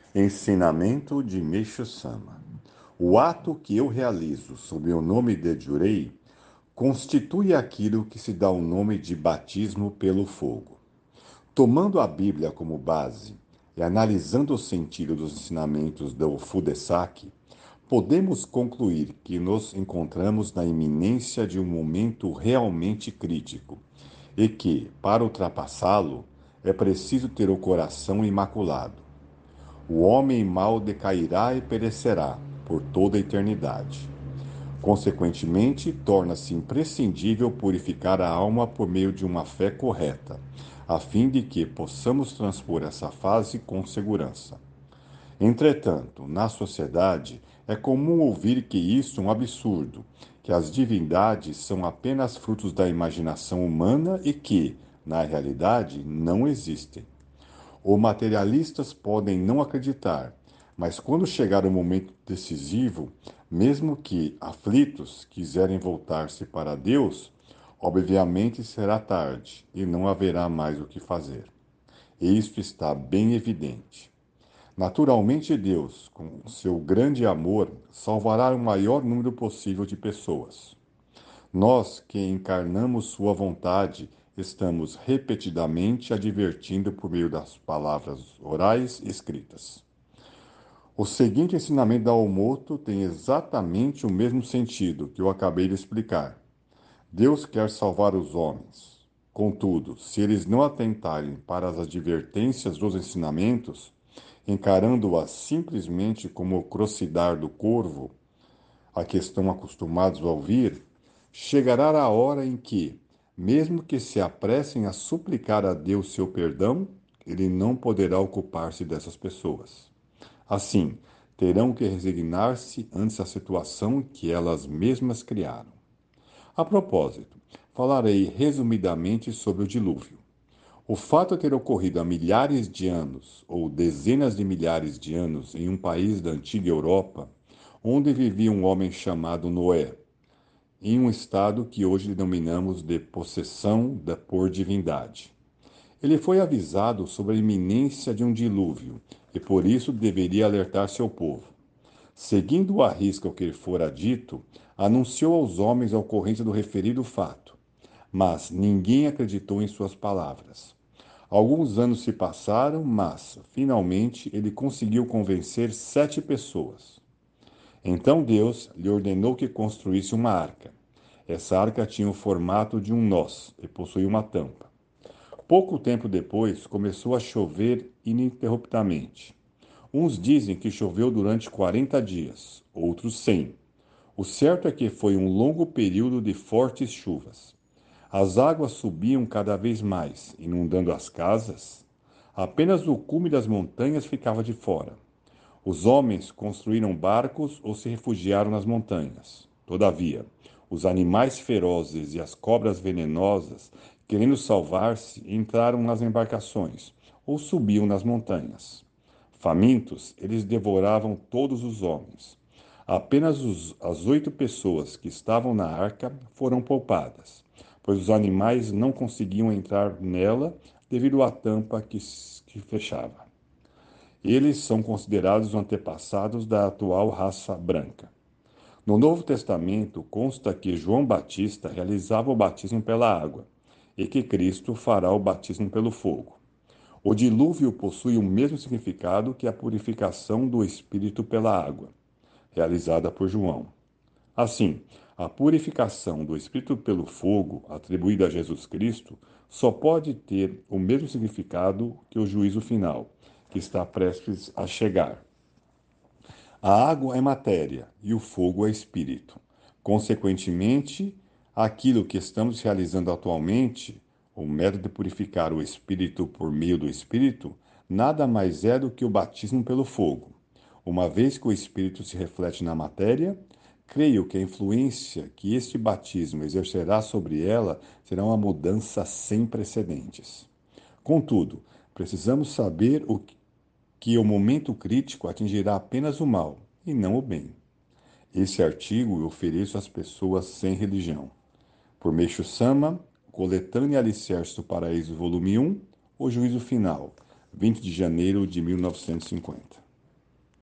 Ensinamento de Meixo Sama. O ato que eu realizo sob o nome de Jurei constitui aquilo que se dá o nome de batismo pelo fogo. Tomando a Bíblia como base e analisando o sentido dos ensinamentos do Fudesaki, podemos concluir que nos encontramos na iminência de um momento realmente crítico e que, para ultrapassá-lo, é preciso ter o coração imaculado. O homem mau decairá e perecerá por toda a eternidade. Consequentemente, torna-se imprescindível purificar a alma por meio de uma fé correta, a fim de que possamos transpor essa fase com segurança. Entretanto, na sociedade, é comum ouvir que isso é um absurdo, que as divindades são apenas frutos da imaginação humana e que, na realidade, não existem. Os materialistas podem não acreditar, mas quando chegar o momento decisivo, mesmo que aflitos quiserem voltar-se para Deus, obviamente será tarde e não haverá mais o que fazer. E isto está bem evidente. Naturalmente, Deus, com seu grande amor, salvará o maior número possível de pessoas. Nós, que encarnamos Sua vontade, estamos repetidamente advertindo por meio das palavras orais e escritas. O seguinte ensinamento da Omoto tem exatamente o mesmo sentido que eu acabei de explicar. Deus quer salvar os homens. Contudo, se eles não atentarem para as advertências dos ensinamentos, encarando-as simplesmente como o crocidar do corvo, a que estão acostumados a ouvir, chegará a hora em que, mesmo que se apressem a suplicar a Deus seu perdão, ele não poderá ocupar-se dessas pessoas. Assim, terão que resignar-se ante a situação que elas mesmas criaram. A propósito, falarei resumidamente sobre o dilúvio. O fato de ter ocorrido há milhares de anos, ou dezenas de milhares de anos, em um país da antiga Europa, onde vivia um homem chamado Noé, em um estado que hoje denominamos de possessão por divindade. Ele foi avisado sobre a iminência de um dilúvio e por isso deveria alertar seu povo. Seguindo à risca o que lhe fora dito, anunciou aos homens a ocorrência do referido fato. Mas ninguém acreditou em suas palavras. Alguns anos se passaram, mas, finalmente, ele conseguiu convencer 7 pessoas. Então Deus lhe ordenou que construísse uma arca. Essa arca tinha o formato de um nós e possuía uma tampa. Pouco tempo depois, começou a chover ininterruptamente. Uns dizem que choveu durante 40 dias, outros 100. O certo é que foi um longo período de fortes chuvas. As águas subiam cada vez mais, inundando as casas. Apenas o cume das montanhas ficava de fora. Os homens construíram barcos ou se refugiaram nas montanhas. Todavia, os animais ferozes e as cobras venenosas, querendo salvar-se, entraram nas embarcações ou subiam nas montanhas. Famintos, eles devoravam todos os homens. Apenas as 8 pessoas que estavam na arca foram poupadas, pois os animais não conseguiam entrar nela devido à tampa que fechava. Eles são considerados antepassados da atual raça branca. No Novo Testamento consta que João Batista realizava o batismo pela água e que Cristo fará o batismo pelo fogo. O dilúvio possui o mesmo significado que a purificação do Espírito pela água, realizada por João. Assim, a purificação do Espírito pelo fogo, atribuída a Jesus Cristo, só pode ter o mesmo significado que o juízo final, que está prestes a chegar. A água é matéria e o fogo é espírito. Consequentemente, aquilo que estamos realizando atualmente, o método de purificar o espírito por meio do espírito, nada mais é do que o batismo pelo fogo. Uma vez que o espírito se reflete na matéria, creio que a influência que este batismo exercerá sobre ela será uma mudança sem precedentes. Contudo, precisamos saber que o momento crítico atingirá apenas o mal e não o bem. Esse artigo eu ofereço às pessoas sem religião. Por Meixo Sama, Coletânea Alicerce do Paraíso, volume 1, O Juízo Final, 20 de janeiro de 1950.